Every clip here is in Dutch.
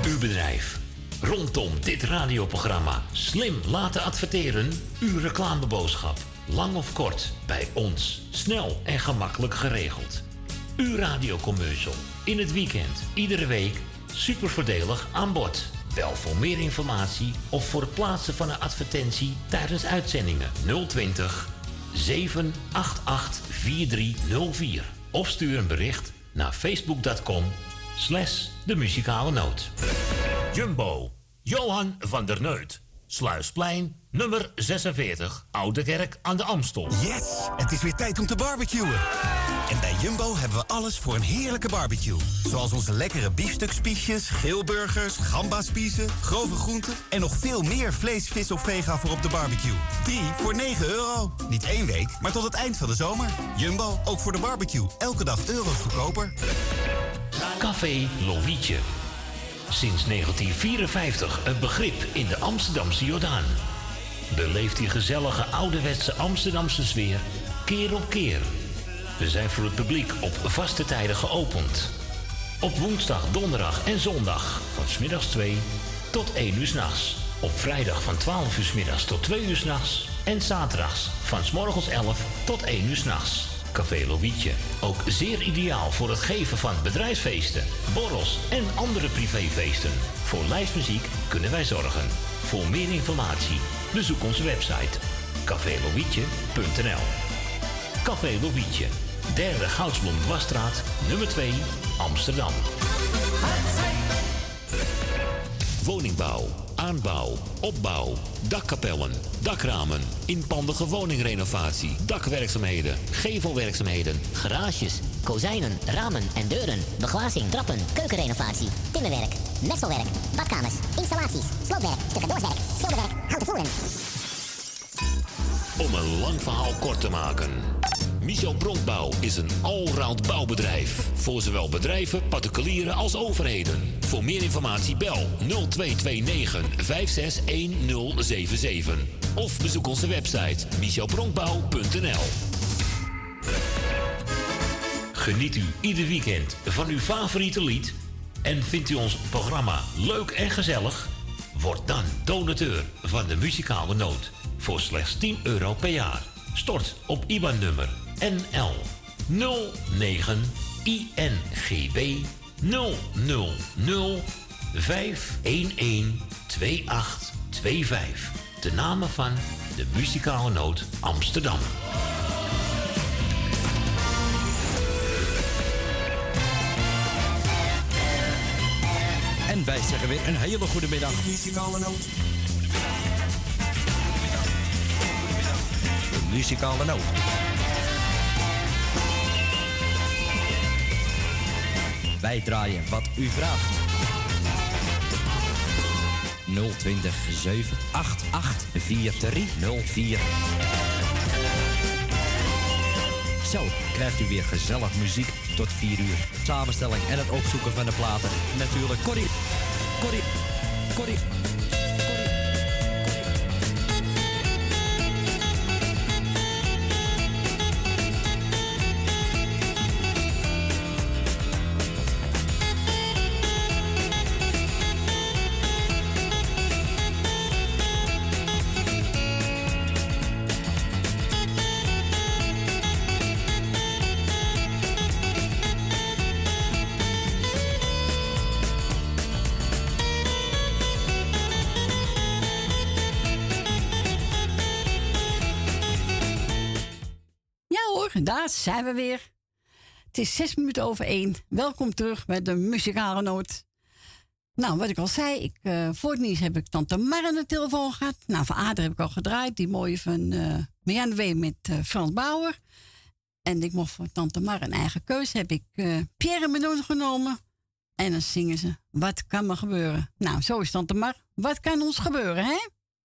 uw bedrijf. Rondom dit radioprogramma slim laten adverteren. Uw reclameboodschap, lang of kort, bij ons. Snel en gemakkelijk geregeld. Uw radiocommercial, in het weekend, iedere week, super voordelig aan bod. Bel voor meer informatie of voor het plaatsen van een advertentie tijdens uitzendingen 020 788 4304. Of stuur een bericht naar facebook.com/de muzikale noot. Jumbo, Johan van der Neut. Sluisplein, nummer 46, Oude Kerk aan de Amstel. Yes, het is weer tijd om te barbecuen. En bij Jumbo hebben we alles voor een heerlijke barbecue. Zoals onze lekkere biefstukspiesjes, geelburgers, gambaspiezen, grove groenten... en nog veel meer vlees, vis of vega voor op de barbecue. 3 voor €9. Niet 1 week, maar tot het eind van de zomer. Jumbo, ook voor de barbecue. Elke dag euro's goedkoper. Café Lovietje. Sinds 1954 een begrip in de Amsterdamse Jordaan. Beleeft die gezellige ouderwetse Amsterdamse sfeer keer op keer. We zijn voor het publiek op vaste tijden geopend. Op woensdag, donderdag en zondag van 's middags 2 tot 1 uur 's nachts. Op vrijdag van 12 uur 's middags tot 2 uur 's nachts. En zaterdags van 's morgens 11 tot 1 uur 's nachts. Café Lovietje. Ook zeer ideaal voor het geven van bedrijfsfeesten, borrels en andere privéfeesten. Voor lijstmuziek kunnen wij zorgen. Voor meer informatie bezoek onze website cafélovietje.nl. Café Lovietje, 3e Goudsblom-Dwarsstraat, nummer 2, Amsterdam. Woningbouw, aanbouw, opbouw, dakkapellen, dakramen, inpandige woningrenovatie, dakwerkzaamheden, gevelwerkzaamheden, garages, kozijnen, ramen en deuren, beglazing, trappen, keukenrenovatie, timmerwerk, messelwerk, badkamers, installaties, sloopwerk, stucadoorswerk, schilderwerk, houten voeren. Om een lang verhaal kort te maken. Michel Bronkbouw is een allround bouwbedrijf. Voor zowel bedrijven, particulieren als overheden. Voor meer informatie bel 0229 561077. Of bezoek onze website michelbronkbouw.nl. Geniet u ieder weekend van uw favoriete lied? En vindt u ons programma leuk en gezellig? Word dan donateur van de muzikale noot. Voor slechts €10 per jaar. Stort op IBAN-nummer NL 09 INGB 000 511 2825. De namen van de muzikale noot Amsterdam. En wij zeggen weer een hele goede middag. Muzikale noot. De muzikale noot. Wij draaien wat u vraagt. 020 788 4304. Zo krijgt u weer gezellig muziek tot 4 uur. Samenstelling en het opzoeken van de platen. Natuurlijk Corrie. Daar zijn we weer. Het is 6 minuten over 1. Welkom terug bij de muzikale noot. Nou, wat ik al zei, voor het nieuws heb ik Tante Mar aan de telefoon gehad. Nou, van Ader heb ik al gedraaid. Die mooie van Marianne W. met Frans Bauer. En ik mocht voor Tante Mar een eigen keuze. Heb ik Pierre Menon genomen. En dan zingen ze, wat kan me gebeuren? Nou, zo is Tante Mar. Wat kan ons gebeuren, hè?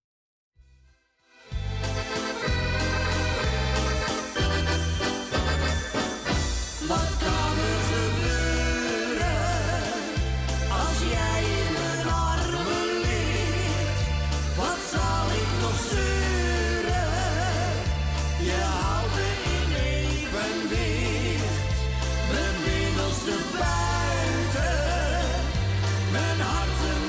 Wat kan er gebeuren als jij in mijn armen ligt? Wat zal ik nog zeuren? Je houdt me in evenwicht. Mijn binnenste buiten, mijn hart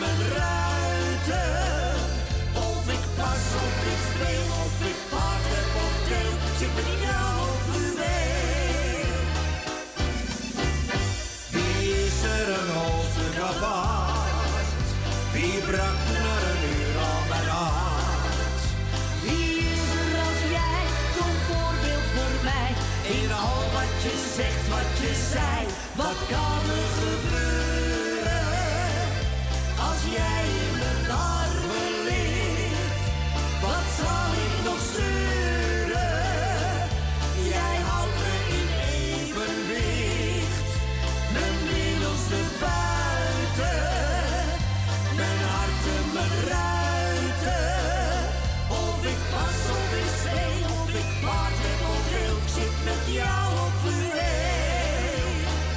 die brak na een uur al mijn hart. Wie is er als jij, zo'n voorbeeld voor mij? In al wat je zegt, wat je zei, wat kan er gebeuren? Als jij in mijn armen ligt, wat zal ik nog zeuren? Jij houdt me in evenwicht, mijn middelste buiten, mijn harten, mijn ruiten. Of ik pas, of ik speel, of ik paard heb of wil, ik zit met jou op fluweel.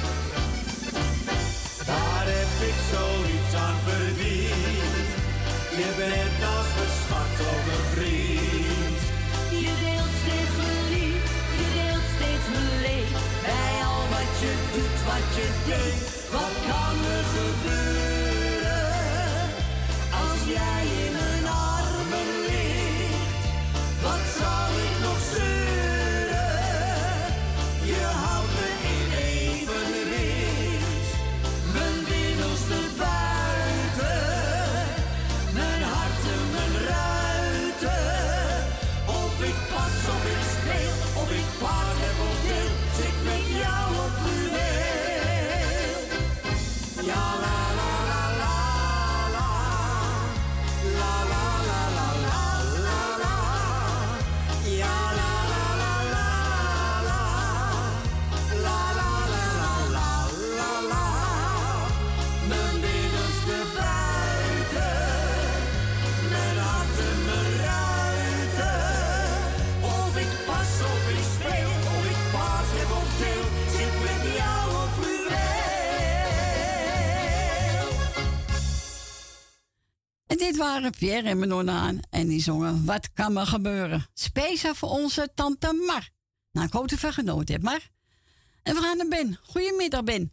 Daar heb ik zoiets aan verdiend. Je bent als mijn schat of een vriend. Je deelt steeds mijn lief, je deelt steeds mijn leed. Bij al wat je doet, wat je deed. Wat kan er gebeuren als jij in mijn armen ligt? Wat zal ik nog zeuren? Je houdt me in evenwicht, mijn binnenste buiten, mijn harten, mijn ruiten. Of ik pas, of ik speel, of ik paard heb of deel, zit met jou op fluweel. Ja, la la la la la, la la la la la la la. Ja, la la la la la, la la la la la la. Mijn binnenste buiten, mijn harten, mijn ruiten. Of ik pas, of ik speel, of ik paas heb of deel, zit met jou op fluweel. En dit waren Pierre en Manon aan. En die zongen Wat kan me gebeuren? Speciaal voor onze tante Mar. Nou, ik hoop dat je genoten hebt, Mar. En we gaan naar Ben. Goedemiddag, Ben.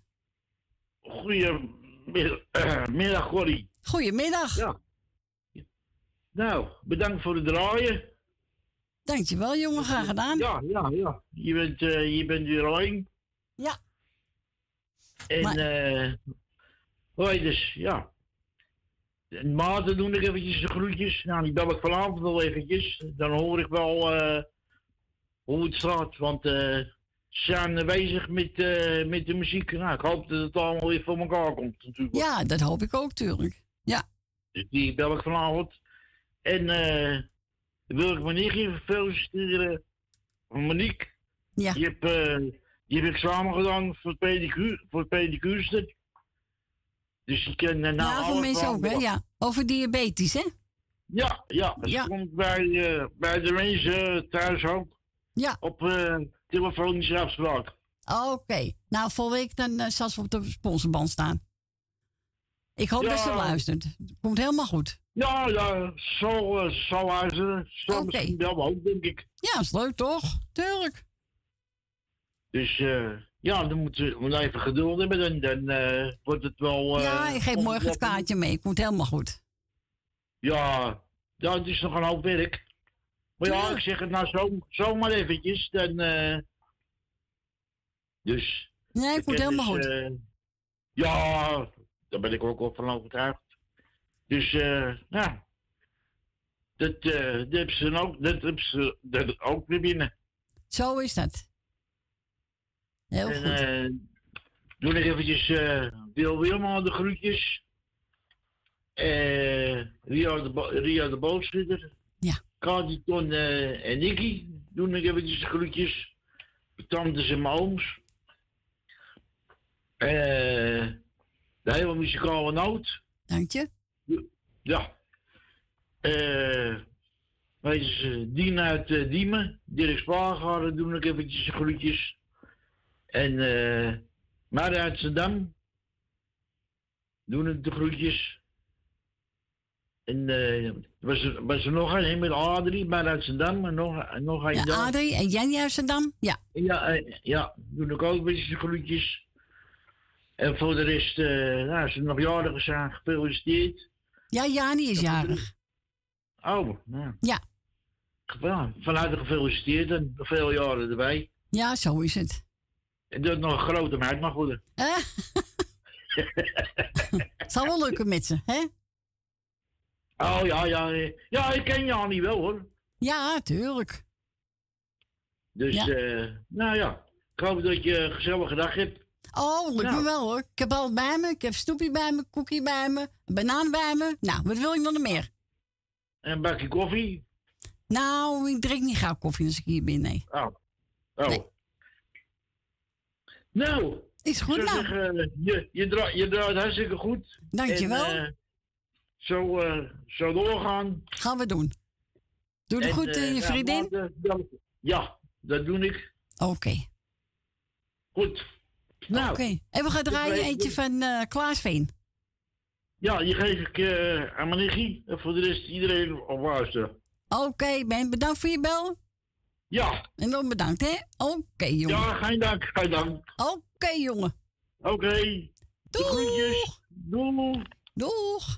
Goedemiddag, Corrie. Goedemiddag. Ja. Nou, bedankt voor het draaien. Dankjewel, jongen. Graag gedaan. Ja. Je bent weer alleen. Ja. En, hoi, dus, ja. En Maarten doe ik eventjes de groetjes. Nou, die bel ik vanavond wel eventjes. Dan hoor ik wel hoe het staat. Want ze zijn bezig met de muziek. Nou, ik hoop dat het allemaal weer voor elkaar komt natuurlijk. Ja, dat hoop ik ook, tuurlijk. Ja. Dus die bel ik vanavond. En dan wil ik mijn nichtje feliciteren. Monique. Ja. Die heb ik samen gedaan voor het pedicure. Dus je kan nou Ja, voor mensen ook, hè? Ja. Over diabetes, hè? Ja. Dat komt bij de mensen thuis ook. Ja. Op telefonische afspraak. Oké. Nou, volgende week dan zal ze op de sponsorband staan. Ik hoop dat ze luistert. Het komt helemaal goed. Ja, zo luisteren. Zo misschien wel ook, denk ik. Ja, is leuk toch? Tuurlijk. Dus dan moeten we even geduld hebben. Dan wordt het wel... ja, ik geef morgen het kaartje mee. Komt helemaal goed. Ja, het is nog een hoop werk. Maar ja, ik zeg het nou zomaar eventjes. Dan... dus... Nee, het komt helemaal goed. Ja, daar ben ik ook wel van overtuigd. Dus, dat hebben ze ook weer binnen. Zo is dat. Heel goed. Doe ik eventjes Wil Wilma de groetjes. Ria de Boogschutter. Ja. Kaditon en Nicky. Doe ik eventjes de groetjes. Tantes en mijn ooms. De hele muzikale noot. Dank je. Ja. Dien uit Diemen. Dirk Spaargaarden doe ik eventjes de groetjes. En Marie uit Zandam. Doen ik de groetjes. En was er nog een met Adrie, Marie uit Zandam. En nog een. Ja, Adrie en Jenny uit Zandam. Ja. Ja, doe ik ook een beetje de groetjes. En voor de rest, als er nog jarigen zijn, gefeliciteerd. Ja, Jani is jarig. Oh, nou. Ja. Van harte gefeliciteerd en veel jaren erbij. Ja, zo is het. En dat nog een grote meid mag worden. Het zal wel lukken met ze, hè? Oh, ja. Ja, ik ken Jani wel, hoor. Ja, tuurlijk. Dus, nou ja. Ik hoop dat je een gezellige dag hebt. Oh, lukt me wel, hoor. Ik heb alles bij me. Ik heb snoepje bij me, koekie bij me, een banaan bij me. Nou, wat wil ik nog meer? En een bakje koffie? Nou, ik drink niet gauw koffie als ik hier ben, nee. Oh. Nee. Nou. Is goed, nou. Zeggen, je draait hartstikke goed. Dankjewel. En, zo doorgaan. Gaan we doen. Doe het goed, je vriendin? Ja, dat doe ik. Oké. Goed. Nou. Oké. En we gaan draaien eentje van Klaasveen. Ja, die geef ik aan mijn nichtje. En voor de rest iedereen op luisteren. Oké, Ben. Bedankt voor je bel. Ja. En dan bedankt, hè? Oké, jongen. Ja, geen dank. Oké, jongen. Oké. Doeg. Groetjes. Doeg. Doeg.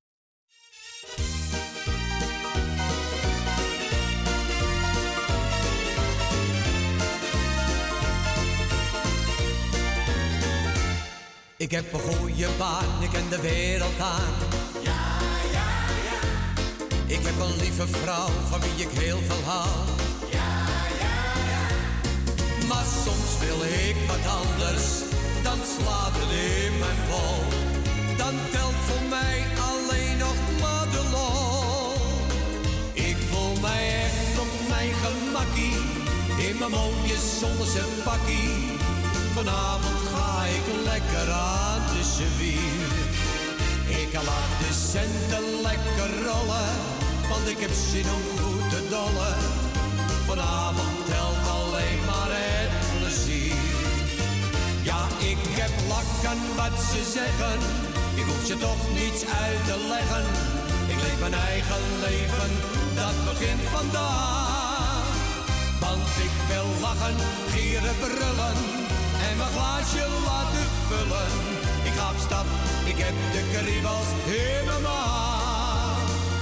Ik heb een goede baan, ik ken de wereld aan. Ja, ja, ja. Ik heb een lieve vrouw van wie ik heel veel hou. Ja, ja, ja. Maar soms wil ik wat anders, dan slaat het in mijn bol. Dan telt voor mij alleen nog maar de lol. Ik voel mij echt op mijn gemakkie, in mijn mooie zonnige pakkie. Vanavond ga ik lekker aan de zwier. Ik laat de centen lekker rollen, want ik heb zin om goed te dollen. Vanavond telt alleen maar het plezier. Ja, ik heb lak aan wat ze zeggen, ik hoef ze toch niets uit te leggen. Ik leef mijn eigen leven, dat begint vandaag. Want ik wil lachen, gieren, brullen en mijn glaasje laten vullen. Ik ga op stap, ik heb de kriebels in mijn maag.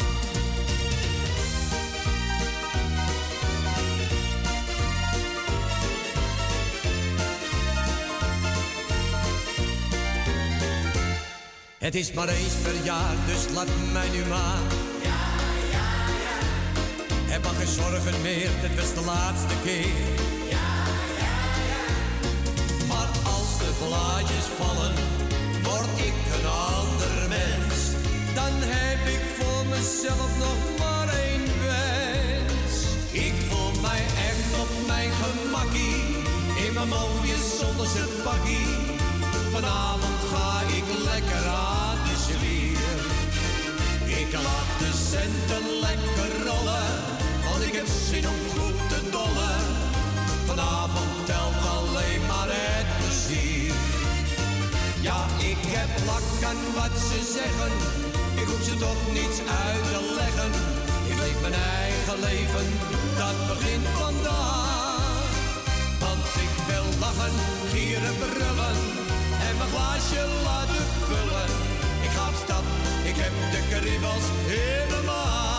Het is maar eens per jaar, dus laat mij nu maar. Ja, ja, ja. Heb maar geen zorgen meer, dit was de laatste keer. Blaadjes vallen, word ik een ander mens. Dan heb ik voor mezelf nog maar één wens. Ik voel mij echt op mijn gemakkie, in mijn mooie zonnige pakkie. Vanavond ga ik lekker aan de zwier. Ik laat de centen lekker rollen, want ik heb zin om goed te dollen. Vanavond telt alleen maar het plezier. Ja, ik heb lak aan wat ze zeggen, ik hoef ze toch niets uit te leggen. Ik leef mijn eigen leven, dat begint vandaag. Want ik wil lachen, gieren, brullen en mijn glaasje laten vullen. Ik ga op stap, ik heb de kriebels in mijn maag.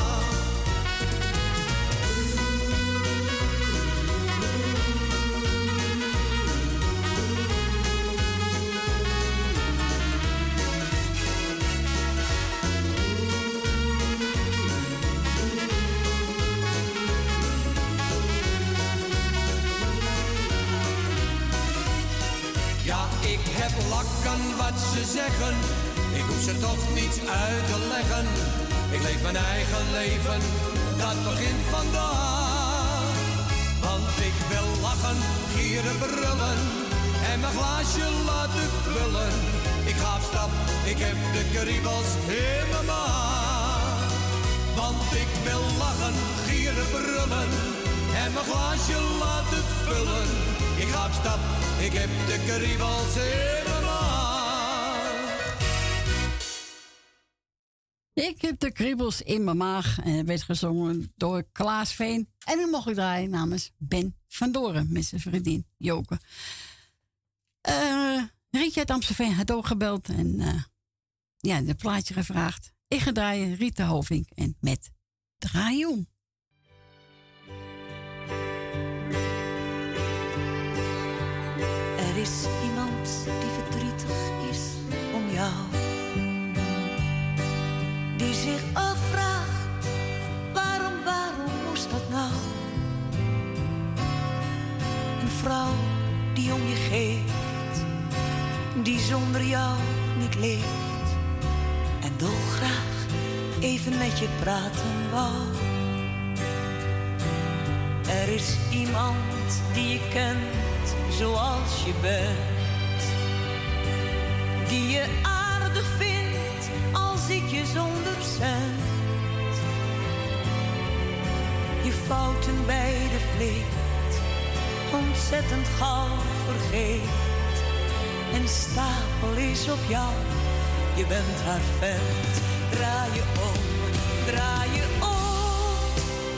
Ik heb lak aan wat ze zeggen, ik hoef ze toch niets uit te leggen. Ik leef mijn eigen leven, dat begint vandaag. Want ik wil lachen, gieren, brullen en mijn glaasje laten vullen. Ik ga op stap, ik heb de kriebels in mijn maag. Want ik wil lachen, gieren, brullen en mijn glaasje laten vullen. Ik ga op stap, ik heb de kriebels in mijn maag. Ik heb de kriebels in mijn maag. En het werd gezongen door Klaas Veen. En die mocht ik draaien namens Ben van Doren met zijn vriendin Joke. Rietje uit Amstelveen had ook gebeld en ja, de plaatje gevraagd. Ik ga draaien Rita Hovink en met Draai om. Er is iemand die verdrietig is om jou, die zich niet leeft en dolgraag even met je praten wou. Er is iemand die je kent zoals je bent, die je aardig vindt als ik je zonder cent je fouten bij de vleet ontzettend gauw vergeet. En stapel is op jou, je bent haar vent. Draai je om, draai je om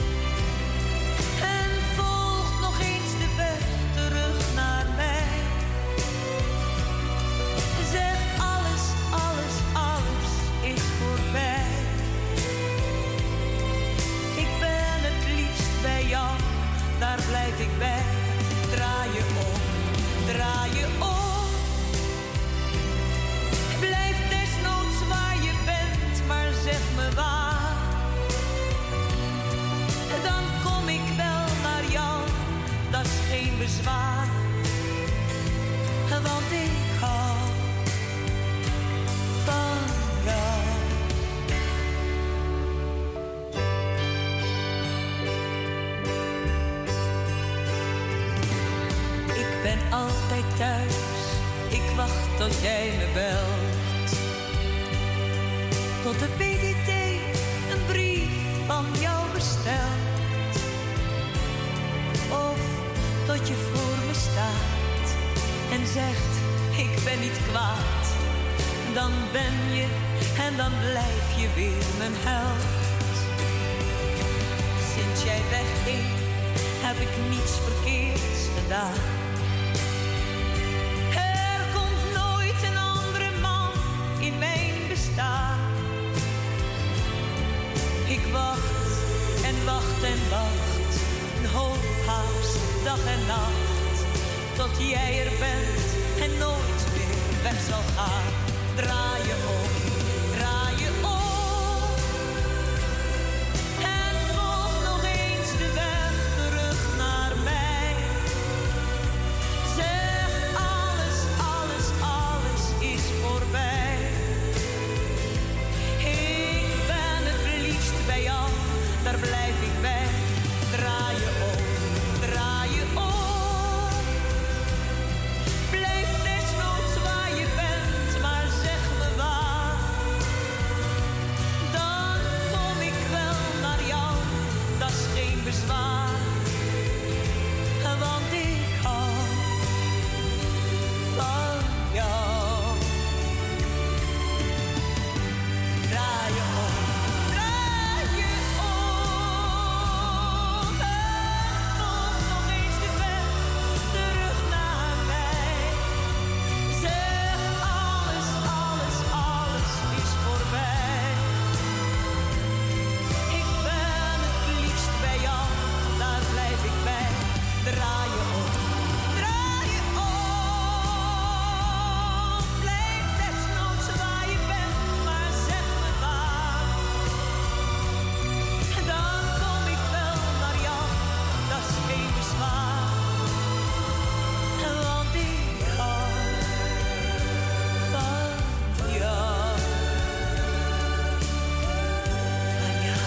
en volg nog eens de weg terug naar mij. Zeg alles, alles, alles is voorbij. Ik ben het liefst bij jou, daar blijf ik bij. Draai je om, draai je om. Blijf desnoods waar je bent, maar zeg me waar. Dan kom ik wel naar jou, dat is geen bezwaar. Want ik hou van jou. Ik ben altijd thuis, ik wacht tot jij me belt. Tot de PDT een brief van jou bestelt. Of tot je voor me staat en zegt ik ben niet kwaad. Dan ben je en dan blijf je weer mijn held. Sinds jij wegging heb ik niets verkeerds gedaan. Er komt nooit een andere man in mijn bestaan. Ik wacht en wacht en wacht, een hoop haast, dag en nacht, tot jij er bent en nooit meer weg zal gaan. Draai je om, draai je om en volg nog eens de weg terug naar mij. Zeg alles, alles, alles is voorbij. Ik ben het liefst bij jou, daar blijf ik bij. Draai je om, draai je om. Blijf desnoods waar je bent, maar zeg me waar. Dan kom ik wel naar jou, dat is geen bezwaar. Want ik hou van jou. Draai je om, draai je om en volg nog eens de weg terug naar mij. Zeg alles, alles, alles is voorbij. Ik ben het liefst bij jou, daar blijf ik bij. Draai je om, draai je om. Blijf desnoods waar je bent, maar zeg me waar. Dan kom ik wel naar jou, dat is geen bezwaar. Want ik hou van jou. Van jou.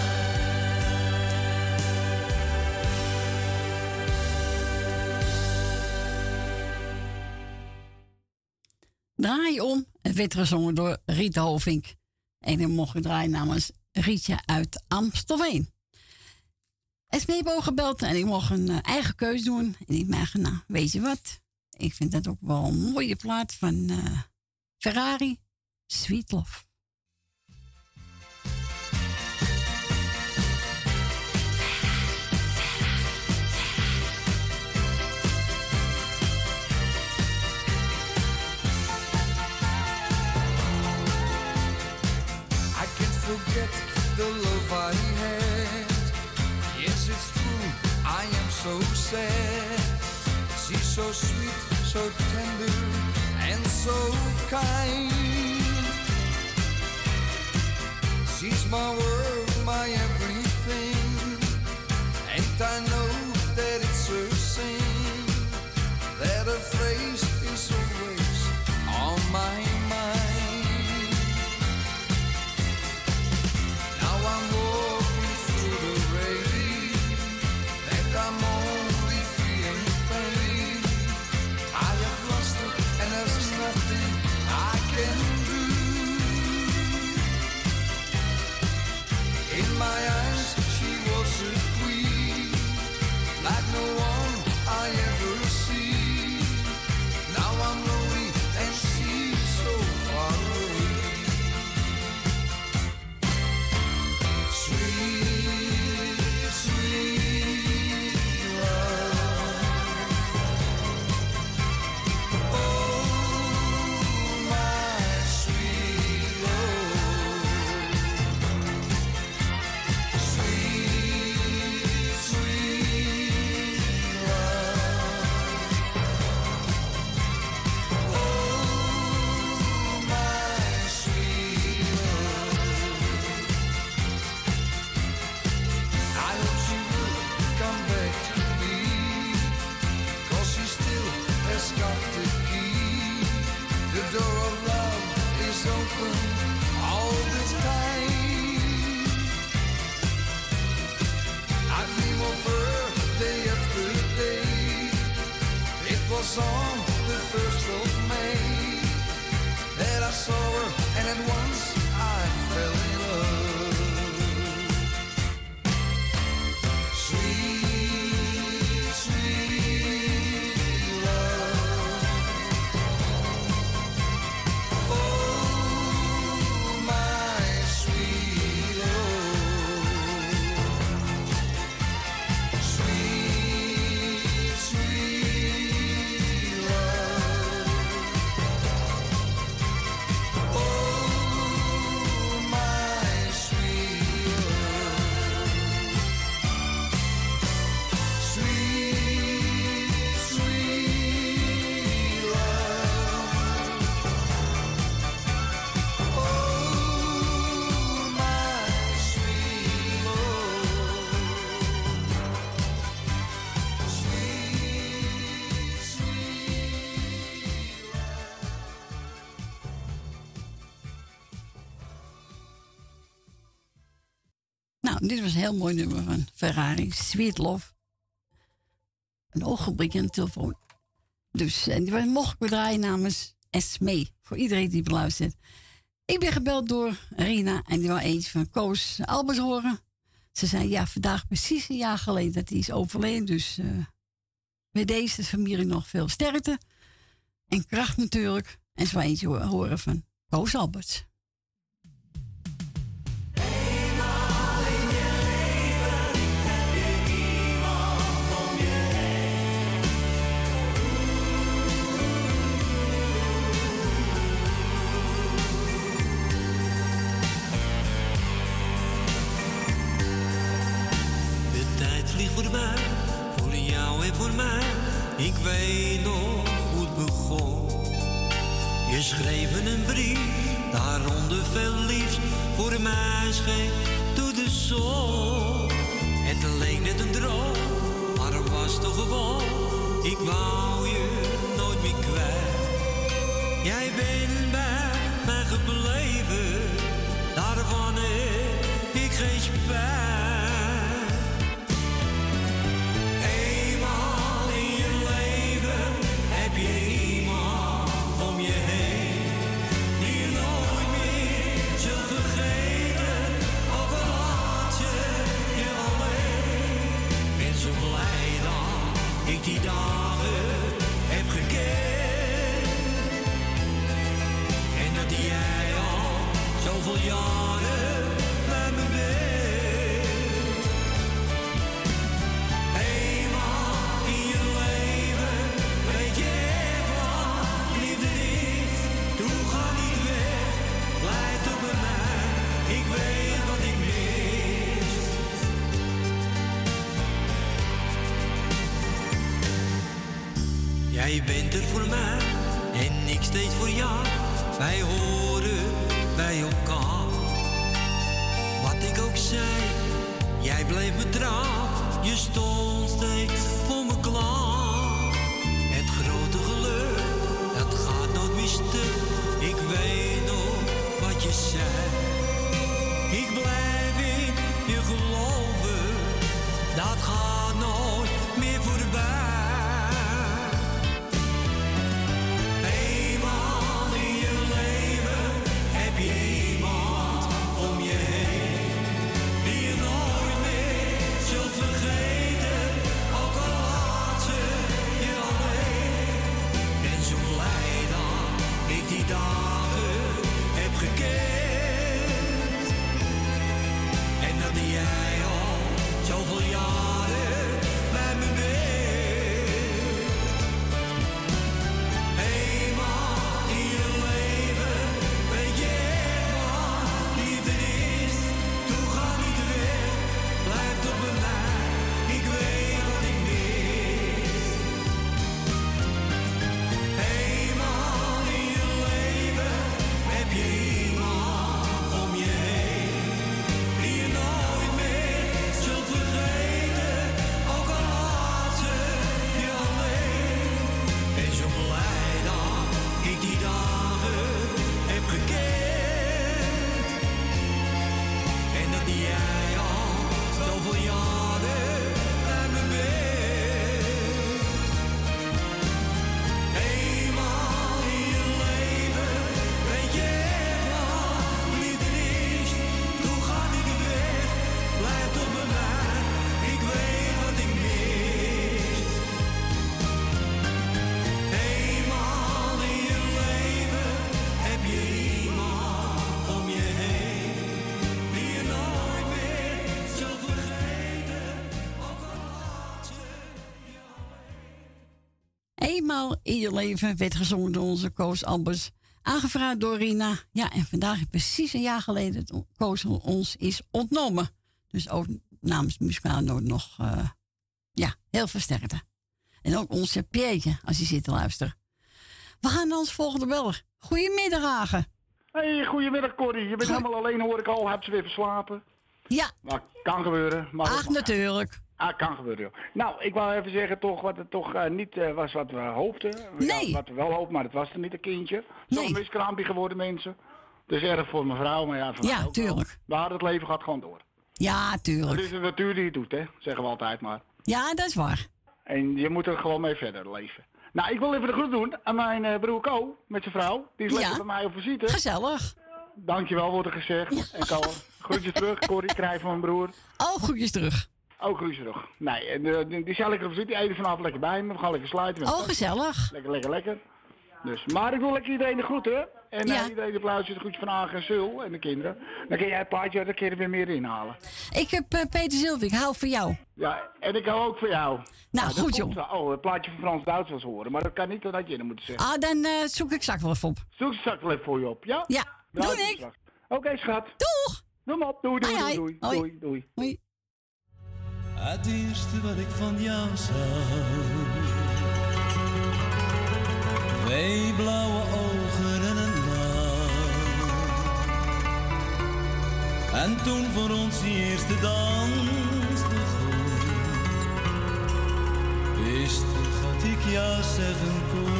Draai je om. Het werd gezongen door Rita Hovink. En dan mocht ik draaien namens Rietje uit Amstelveen. SBO gebeld en ik mocht een eigen keus doen. En ik dacht, nou, weet je wat? Ik vind dat ook wel een mooie plaat van Ferrari. Sweet Love. I can't forget the love I had. Yes, it's true, I am so sad. She's so sweet, so tender, and so kind. She's my world, my everything. And I know that it's her sin, that her face is always on my mind. open all the time. I dream of her day after day. It was on the 1st of May that I saw her, and at once I fell in love. Sweet, sweet love. Oh, my sweet love. Sweet, sweet love. Oh, my sweet love. Sweet, sweet love. Oh, my sweet love. Sweet, sweet Nou, dit was een heel mooi nummer van Ferrari, Sweet Love. Een ogenblikje aan de telefoon. Dus die mocht ik weer draaien namens Esmee. Voor iedereen die beluistert. Ik ben gebeld door Rina en die wou eentje van Koos Albers horen. Ze zei ja, vandaag precies een jaar geleden dat hij is overleden. Dus bij deze familie nog veel sterkte. En kracht natuurlijk. En ze wou eentje horen van Koos Albers. De tijd vliegt voorbij, voor jou en voor mij. Ik weet nog hoe het begon. Je schreef me een brief, daaronder veel liefs. Voor mij scheen door de zon. Het leek net een droom, maar het was toch gewoon. Ik wou je nooit meer kwijt. Jij bent bij mij gebleven, daarvan heb ik geen spijt. Eenmaal in je leven heb je iemand om je heen die je nooit meer zult vergeten, ook al laat je je alleen. Ben zo blij dat ik die dagen heb gekend en dat jij al zoveel jaren bij me bent. Eenmaal in je leven weet je echt wat liefde is. Doe ga niet weg, blijf toch bij mij. Ik weet wat ik mis. Jij bent er voor mij en ik steeds voor jou. Wij horen bij elkaar. Wat ik ook zei, jij bleef me trouw. Je stond steeds voor me klaar. Het grote geluk, dat gaat nooit meer stuk. Ik weet nog wat je zei. Ik blijf in je geloven. Dat gaat nooit meer voorbij. Eenmaal in je leven heb je iemand om je heen die je nooit meer zult vergeten, ook al maal in je leven werd gezongen door onze Koos Albers. Aangevraagd door Rina. Ja, en vandaag precies een jaar geleden dat Koos ons is ontnomen. Dus ook namens Muzikale Noot nog heel versterkte. En ook onze Pierretje, als hij zit te luisteren. We gaan naar ons volgende beller. Goedemiddag, Hagen. Hey, goedemiddag, Corrie. Je bent helemaal alleen, hoor ik al. Heb ze weer verslapen? Ja. Nou, kan gebeuren. Ach, natuurlijk. Kan gebeuren, joh. Nou, ik wou even zeggen toch wat het toch niet was wat we hoopten. Nee. Ja, wat we wel hoopten, maar het was er niet, een kindje. Het is toch een miskraampje geworden, mensen. Dus erg voor mijn vrouw, maar ja, voor mij ook tuurlijk. wel. Maar het leven gaat gewoon door. Ja, tuurlijk. Het is de natuur die het doet, hè. Zeggen we altijd maar. Ja, dat is waar. En je moet er gewoon mee verder leven. Nou, ik wil even de groet doen aan mijn broer Ko, met zijn vrouw. Die is lekker bij mij op visite. Gezellig. Dankjewel, wordt er gezegd. Ja. En Ko, groetjes terug. Corrie, krijg van mijn broer. Oh, groetjes terug. Oh, groetjes terug. Nee, en die is lekker op visite. Die eten vanavond lekker bij me. We gaan lekker sluiten. Oh, gezellig. Lekker. Dus, maar ik wil lekker iedereen de groeten. En iedereen de applausje, de groetje van Agen en Sul en de kinderen. Dan kun jij het plaatje er keer weer meer inhalen. Ik heb Peter Zilvik, hou voor jou. Ja, en ik hou ook voor jou. Nou, goed joh. Oh, het plaatje van Frans Duits was horen, maar dat kan niet, dat had je er moeten zeggen. Ah, dan zoek ik straks wel even op. Zoek ik straks wel even voor je op, ja? Ja, doe ik. Oké, schat. Doeg! Doe maar op, doei. Het eerste wat ik van jou zag, 2 blauwe ogen en een lach. En toen voor ons die eerste dans begon, wist ik wat ik jou zeggen kon.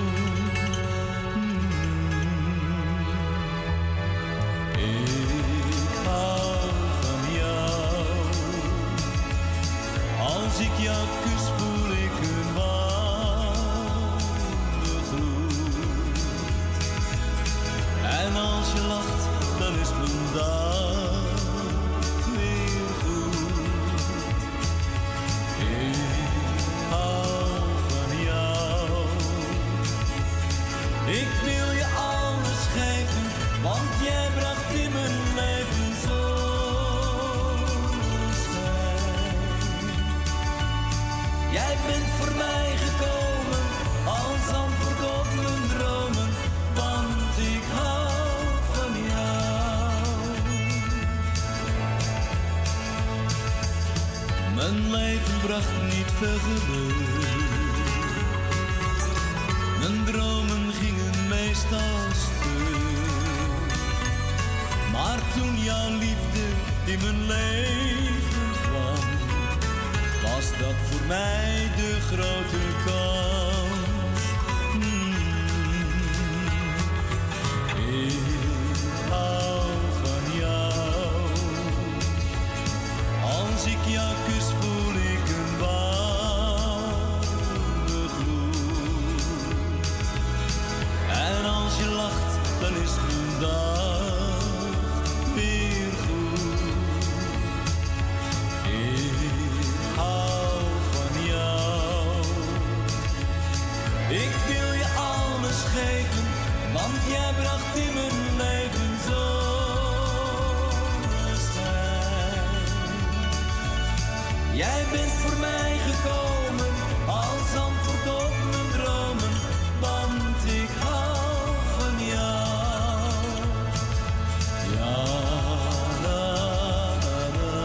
Ik hou van jou. Als ik jou kus voel ik een warme gloed. En als je lacht dan is mijn dag weer goed. Ik hou van jou. Ik wil je alles geven, want jij bracht in mijn leven zonneschijn. Jij bent voor mij gekomen als antwoord op mijn dromen, want ik hou van jou. Mijn leven bracht niet veel geluk. Mijn dromen gingen meestal stuk. Maar toen jouw liefde in mijn leven kwam, was dat voor mij de grote kans. Ik hou van jou. Als ik jou kus voel ik een warme gloed. En als je lacht dan is mijn dag weer goed. Ik hou van jou. Ik wil je alles geven, want jij bracht in mijn leven zonneschijn. Jij bent voor mij gekomen als antwoord op mijn dromen, want ik hou van jou. Ja, la, la, la.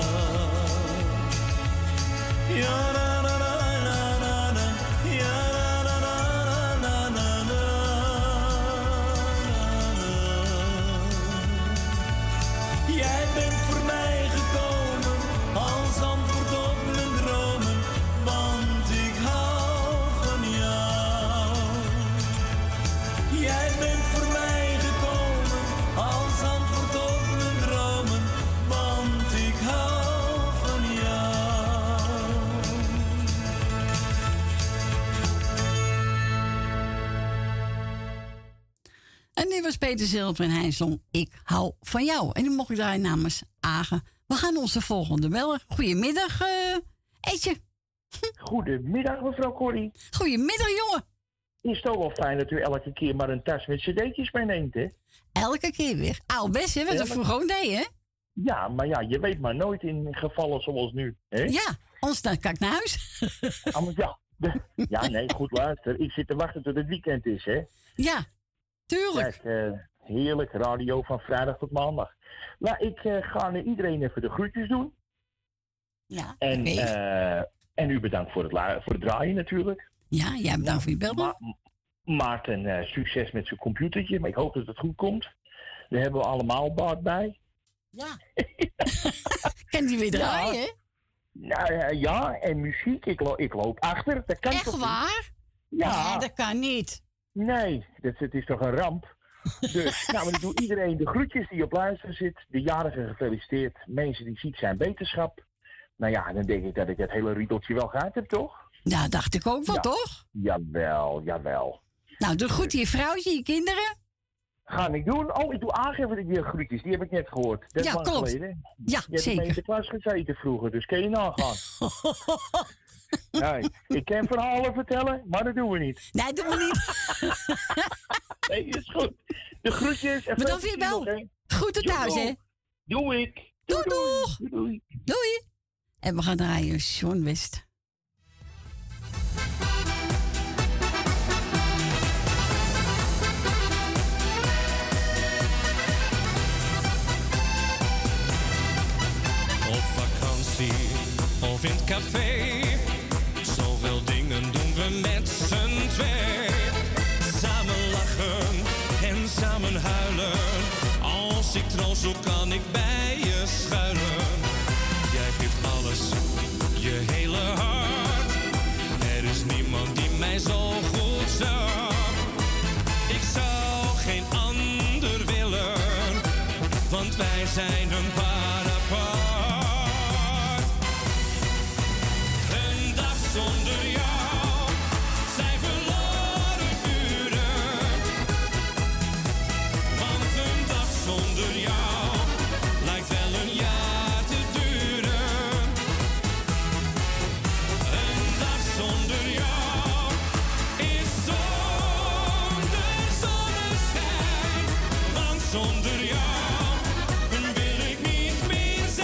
Ja, la, la, la, la, la, la. Ja, la, la, la, la, la, la, la. Jij bent voor mij gekomen als antwoord op mijn dromen, want ik hou van jou. Jij bent voor mij gekomen als antwoord op mijn dromen, want ik hou van jou. En dit was Peter Zilver en hij zong Ik hou van jou. En die mocht ik draaien namens Agen. We gaan onze volgende bellen. Goedemiddag, Eetje. Goedemiddag, mevrouw Corrie. Goedemiddag, jongen. Is het ook wel fijn dat u elke keer maar een tas met cd'tjes meeneemt, hè? Elke keer weer. Best, hè? Wat we vroeger ook deden, hè? Ja, maar ja, je weet maar nooit in gevallen zoals nu, hè? Ja, anders dan kan ik naar huis. Ja, Ja, nee, goed luister. Ik zit te wachten tot het weekend is, hè? Ja, tuurlijk. Kijk, heerlijk radio van vrijdag tot maandag. Nou, ik ga nu iedereen even de groetjes doen. Ja, en u bedankt voor het draaien natuurlijk. Ja, jij bedankt voor je bellen. Maarten, succes met zijn computertje, maar ik hoop dat het goed komt. Daar hebben we allemaal Bart bij. Ja. Kan die weer draaien? Ja. Nou ja, en muziek. Ik loop achter. Dat kan echt toch waar? Niet? Ja. Nee, dat kan niet. Nee, het is toch een ramp. Dus, nou, maar ik doe iedereen de groetjes die op luisteren zit. De jarigen gefeliciteerd. Mensen die ziek zijn, beterschap. Nou ja, dan denk ik dat ik het hele riedeltje wel gehad heb, toch? Ja, dacht ik ook wel, ja. toch? Jawel. Nou, doe goed je vrouwtje, je kinderen. Ga ik doen. Oh, ik doe aangeven die groetjes. Die heb ik net gehoord. Dat is lang geleden. Ja, je zeker. hebt in de klas gezeten vroeger, dus kun je nagaan. Nee, ik kan verhalen vertellen, maar dat doen we niet. Nee, doen we niet. Nee, dat is goed. De groetjes. En bedankt voor je bel. Groeten thuis, hè. Doe ik. Doei. En we gaan draaien John West. Op vakantie of in het café, zoveel dingen doen we met z'n twee. Samen lachen en samen huilen, als ik troost zoek kan ik bij je schuilen. Jij geeft alles, je hele hart, er is niemand die mij zo goed zag. Ik zou geen ander willen, want wij zijn een paar apart. Een dag zonder jou zijn verloren uren, want een dag zonder jou lijkt wel een jaar te duren. Een dag zonder jou is zonder zonneschijn, want zonder jou wil ik niet meer zijn.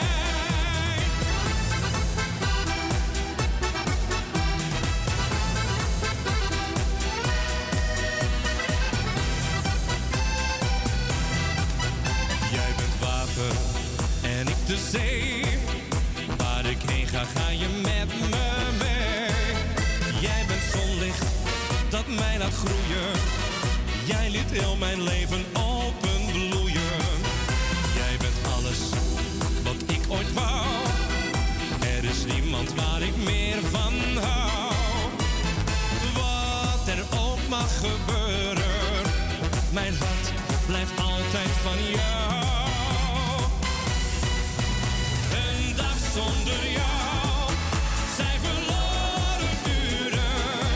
Jij bent water en ik de zee. Waar ik heen ga, ga je met me mee. Jij bent zonlicht dat mij laat groeien. Jij liet heel mijn leven openbloeien. Jij bent alles wat ik ooit wou. Er is niemand waar ik meer van hou. Wat er ook mag gebeuren, mijn hart blijft altijd van jou. Een dag zonder jou zijn verloren uren,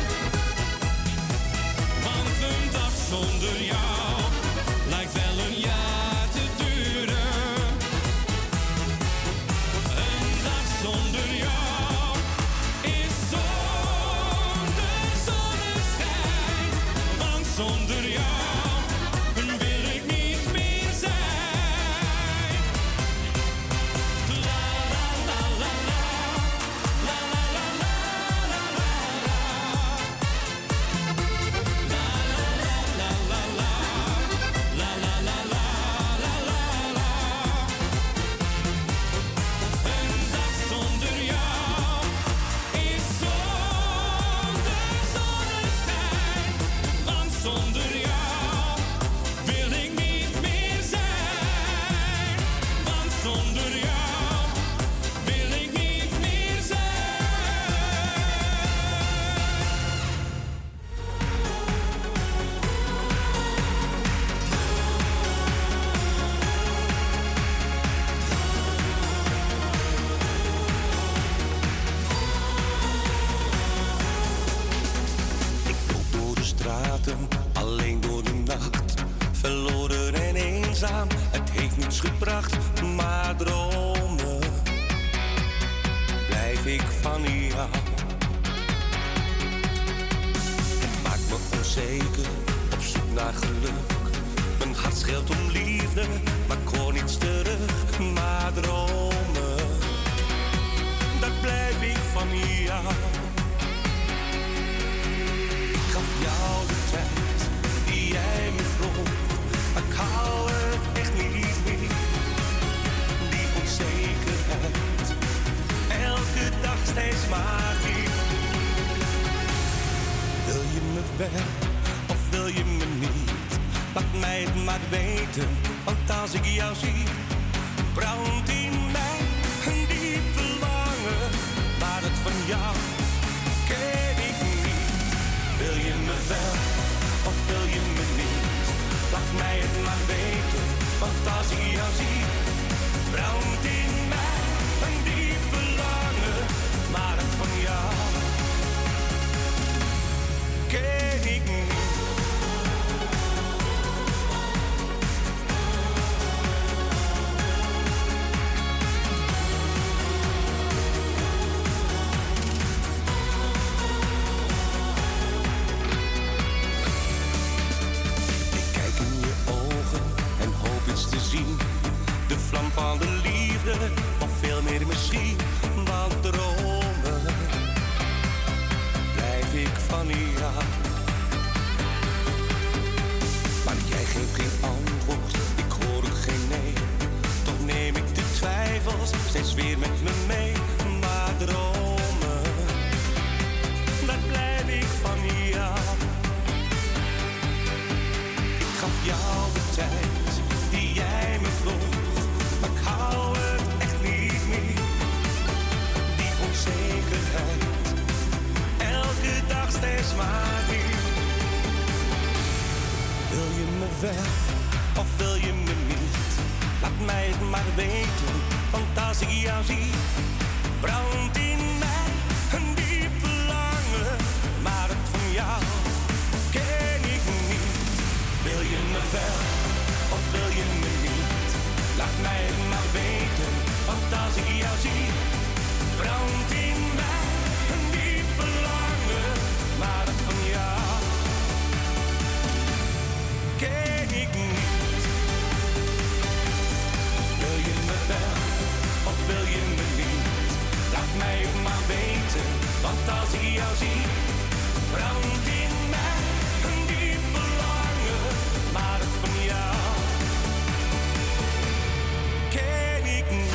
want een dag zonder jou lijkt wel een jaar te duren. Een dag zonder jou is zonder zonneschijn, want zonder jou wil ik niet meer zijn. La la la la la, la la la la la la la. La la la la la, la la la la la la. Een dag zonder jou is zonder zonneschijn, want zonder jou wil ik niet meer zijn. Want zonder jou wil ik niet meer zijn. Door de straten, alleen door de nacht. Verloren en eenzaam, het heeft niets gebracht. Maar dromen, blijf ik van jou. Het maakt me onzeker, op zoek naar geluk. Mijn hart schreeuwt om liefde, maar ik hoor niets terug. Maar dromen, dat blijf ik van jou. wel of wil je me niet? Laat mij het maar weten, want als ik jou zie, brandt in mij een diep verlangen. Maar het van jou ken ik niet. Wil je me wel of wil je me niet? Laat mij het maar weten, want als ik jou zie, brandt in mij een diep verlangen. Maar het van jou ken ik niet. De vlam van de liefde, of veel meer misschien, want dromen blijf ik van jou. Maar jij geeft geen antwoord, ik hoor ook geen nee. Toch neem ik de twijfels steeds weer met me mee. Maar dromen, daar blijf ik van jou. Ik gaf jou de tijd die jij me vroeg, maar ik hou het echt niet meer. Die onzekerheid, elke dag steeds maar weer. Wil je me wel of wil je me niet? Laat mij het maar weten, want als ik jou zie, brandt in mij een diep verlangen. Maar het van jou ken ik niet. Wil je me wel of wil je me niet? Laat mij het maar weten, want als ik jou zie, brandt in mij een diep verlangen. Maar het van jou ken ik niet. Wil je me wel of wil je me niet? Laat mij het maar weten, want als ik jou zie, brandt in mij een diep verlangen. Maar het van jou ken ik niet.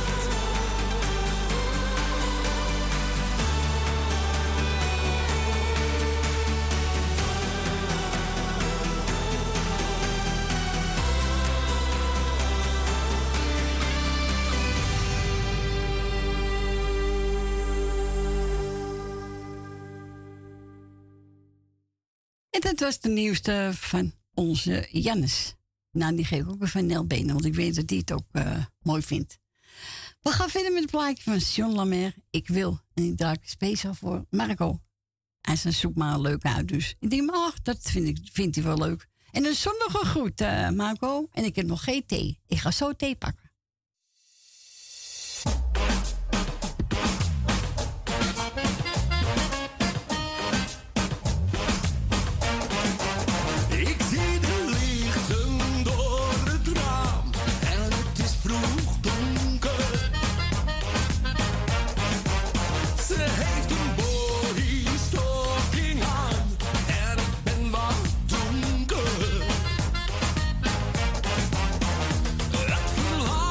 En dat was de nieuwste van onze Jannes. Nou, die geef ik ook even van Nel Benen, want ik weet dat die het ook mooi vindt. We gaan verder met het plaatje van John Lamer. Ik wil. En die draai ik speciaal voor Marco. Hij zoekt maar leuk uit, dus ik denk, ach, dat vindt hij wel leuk. En een zonnige groet, Marco. En ik heb nog geen thee. Ik ga zo thee pakken. Het verlangen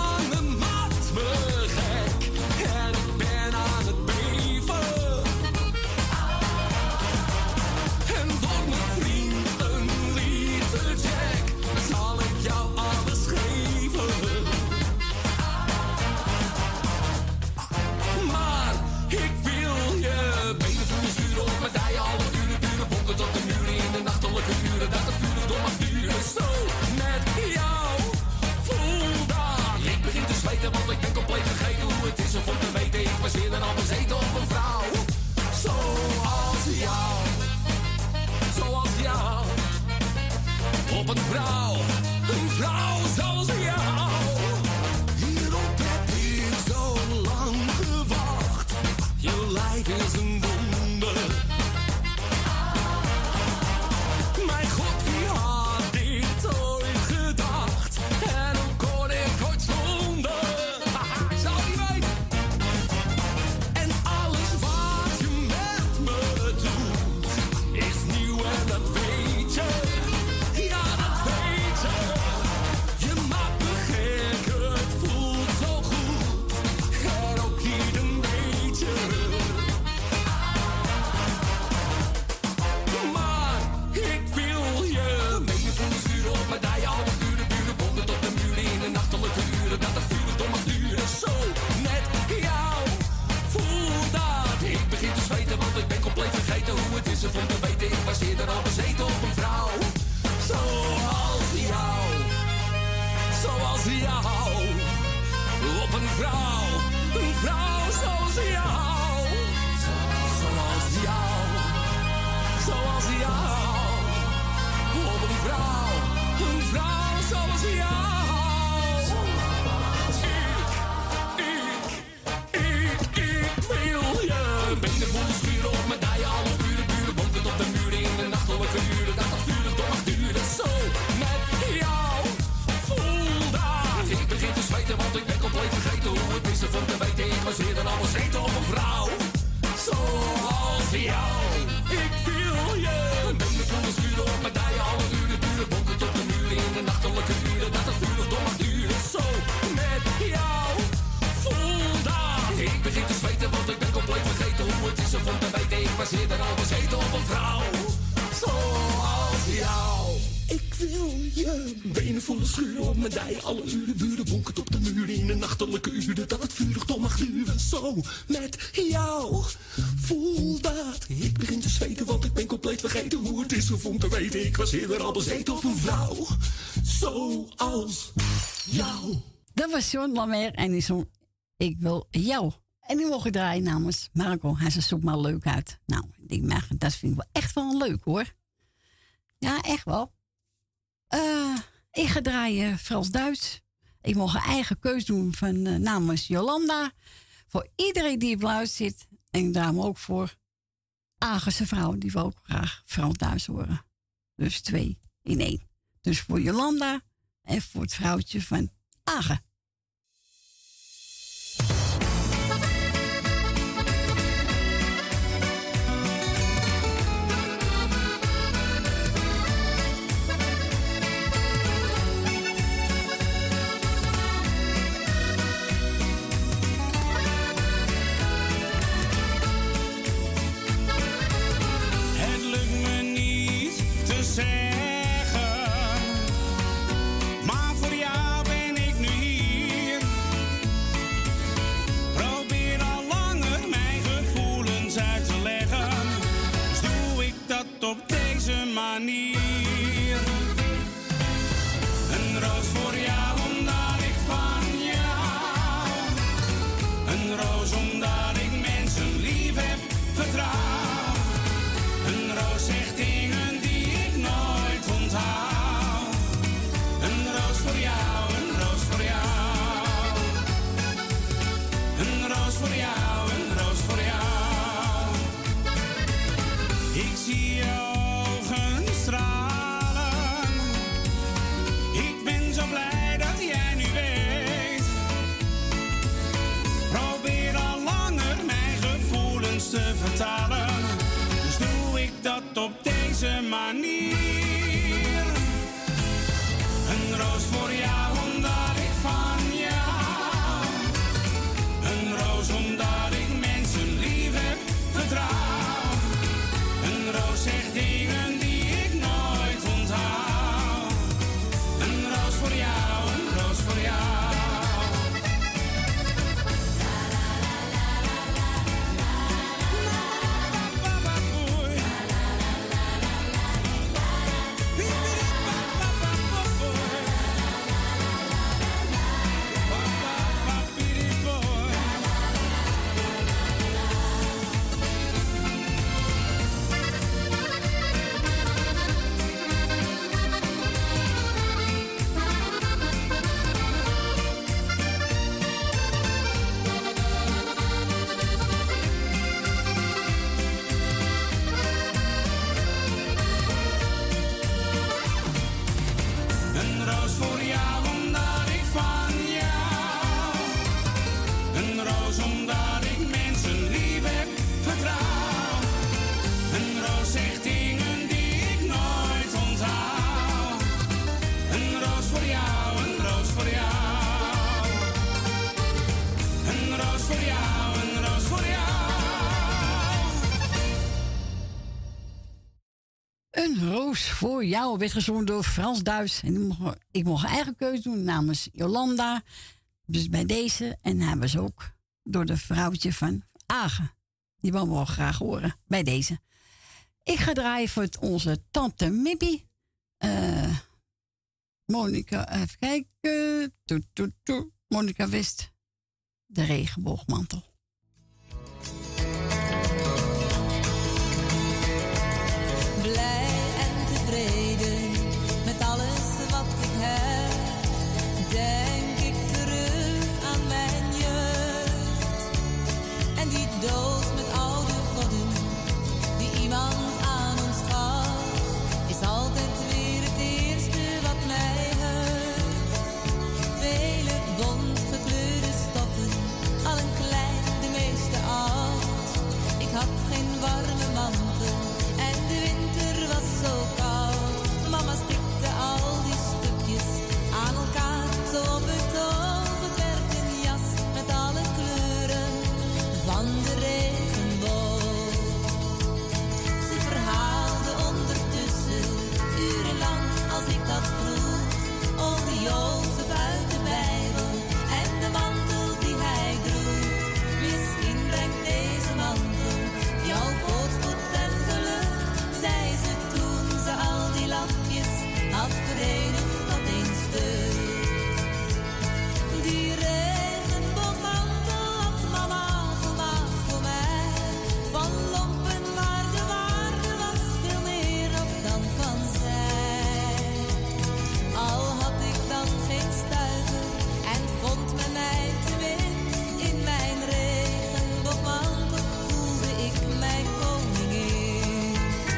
jou. Op een vrouw zoals jou. Zoals jou. Zoals jou. Op een vrouw zoals jou. Ik wil je. Benen vol schuren op medaille, alle uren buren. Bonken op de muren in de nachtelijke uren. Dat vurig toch mag duren. Zo, met jou. Voel dat. Ik begin te zweten, want ik ben compleet vergeten hoe het is om te weten. Ik was eerder al bezeten op een vrouw. Zoals jou. Ik wil je. Benen vol schuren op medaille, alle uren buren. Bonken op de muren in de nachtelijke uren. Dat het vurig toch mag duren. Zo, met jou. Voel dat. Ik begin te zweten, want ik ben compleet vergeten hoe het is om te weten. Ik was eerder al bezeten op een vrouw. Zoals jou. Ik wil je. Benen volle schuren op mijn dij. Alle uren buren bonkend op de muren in de nachtelijke uren. Dat het vurig toch mag duren. Zo, met jou. Voel dat. Ik begin te zweten, want ik ben compleet vergeten hoe het is om te weten. Ik was eerder al bezeten op een vrouw. Zoals jou. Dat was John Lamer en die zong Ik wil jou. En die mogen draaien namens Marco. Hij zei, zoek maar leuk uit. Nou, ik denk, maar dat vind ik wel echt wel leuk hoor. Ja, echt wel. Ik ga draaien Frans-Duits. Ik mag een eigen keus doen van namens Jolanda. Voor iedereen die op luistert zit. En daarom ook voor Agense vrouw. Die wil ook graag Frans-Duits horen. Dus 2 in 1. Dus voor Jolanda en voor het vrouwtje van Agen. Maar voor jou ben ik nu hier. Een roos voor jou werd gezongen door Frans-Duits. En ik mocht eigen keuze doen namens Jolanda. Dus bij deze. En hij was ook door de vrouwtje van Agen. Die wil we wel graag horen bij deze. Ik ga draaien voor onze tante Mippie. Monica, even kijken. Monica West. De regenboogmantel. Blij en tevreden met alles wat ik heb. Denk ik terug aan mijn jeugd. En die doos met oude vodden die iemand aan ons gaf, is altijd weer het eerste wat mij heugt. Vele bont gekleurde stoffen, al een klein, de meeste oud. Ik had geen warme mantel en de winter was zo koud. Mama stikte al die stukjes aan elkaar, zo op het oog. Het werd een jas met alle kleuren van de regenboog. Ze verhaalde ondertussen urenlang, als ik dat vroeg, over Jozef uit de Bijbel en de mantel die hij droeg. Misschien brengt deze mantel jouw voorspoed en geluk, zei ze toen ze al die lapjes had verenigd tot één stuk. Die regenboogmantel had mama gemaakt voor mij, van lompen waar de waarde was veel meer nog dan van zij. Al had ik dan geen stuiver en vond men mij te min, in mijn regenboogmantel voelde ik mij koningin.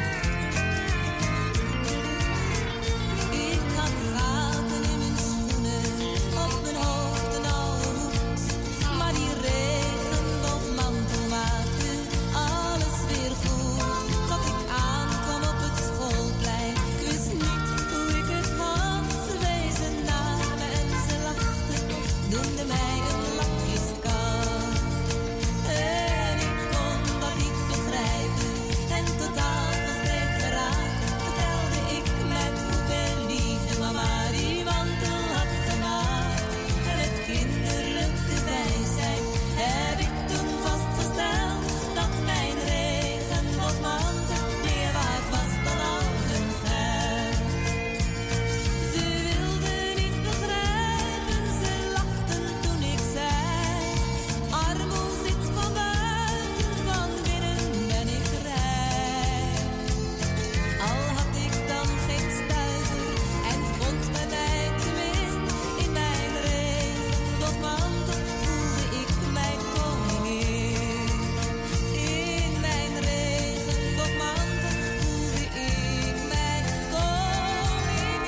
Ik had gaten in mijn schoenen, op mijn hoofd een oude hoed, maar die regenboogmantel maakte alles weer goed. Dat ik aankwam op het schoolplein, ik wist niet hoe ik het had. Ze wezen naar me en ze lachten, noemden mij een lapjeskat. En ik kon dat niet begrijpen en totaal verstrikt geraakt, vertelde ik met hoeveel liefde mama die mantel had gemaakt. En met kinderlijke wijsheid heb ik toen vastgesteld dat mijn regenboogmantel meer waard was dan al hun geld. Ze wilden niet begrijpen, ze lachten toen ik zei: armoe zit van buiten, van binnen ben ik rijk. Al had ik dan geen stuiver en vond men mij te min, in mijn regenboogmantel voelde ik mij koningin. In mijn regenboogmantel voelde ik mij koningin.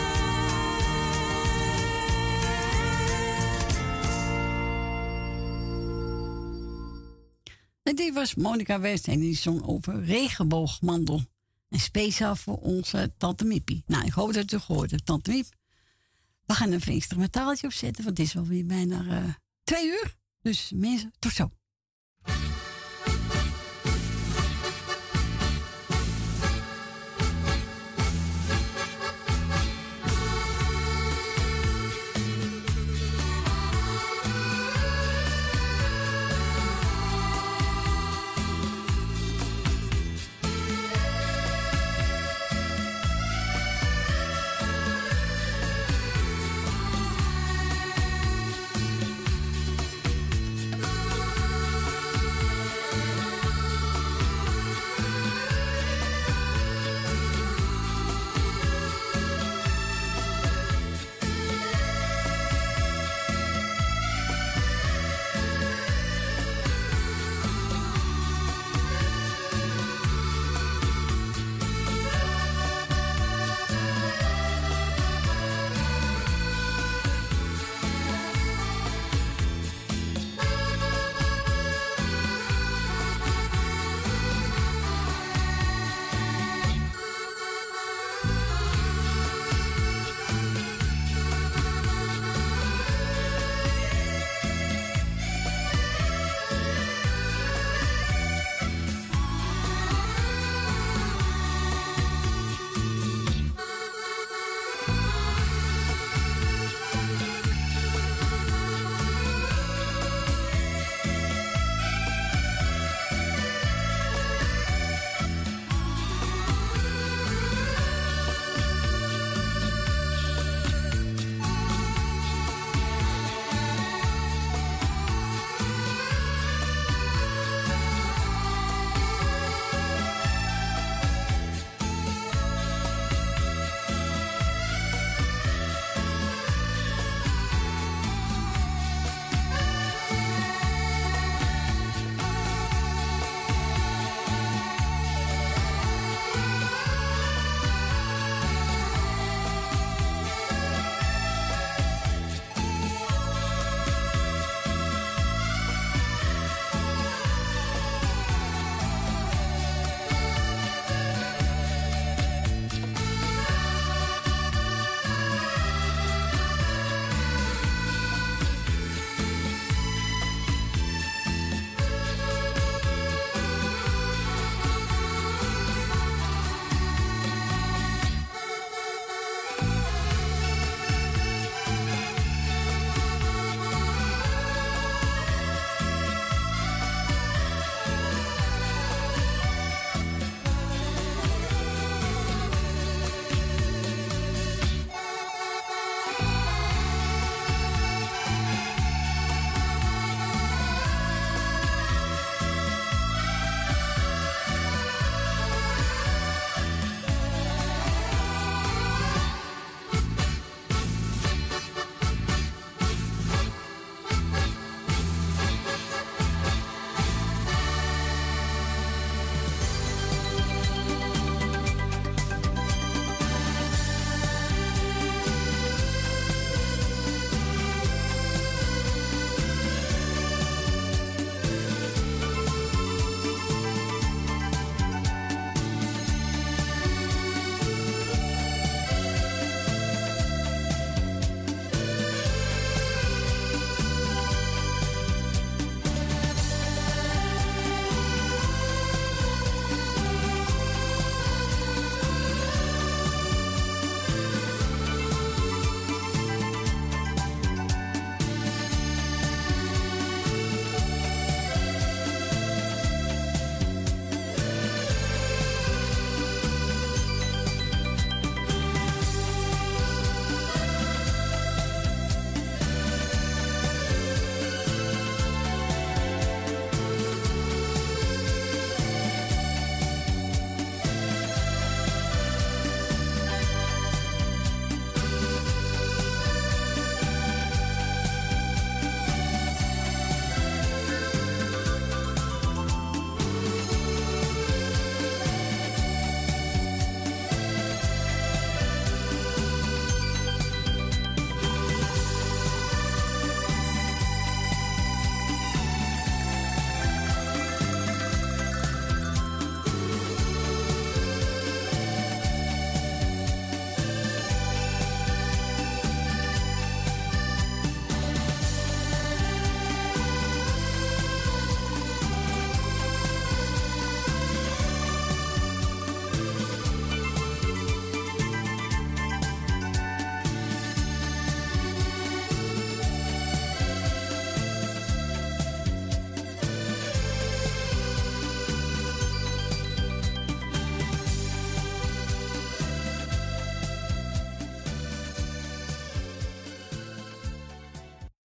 En dit was Monica West en die zong over regenboogmantel. En speciaal voor onze tante Miepie. Nou, ik hoop dat u het gehoord hebt, tante Miep. We gaan een instrumentaaltje opzetten, want het is alweer bijna 2 uur. Dus mensen, tot zo.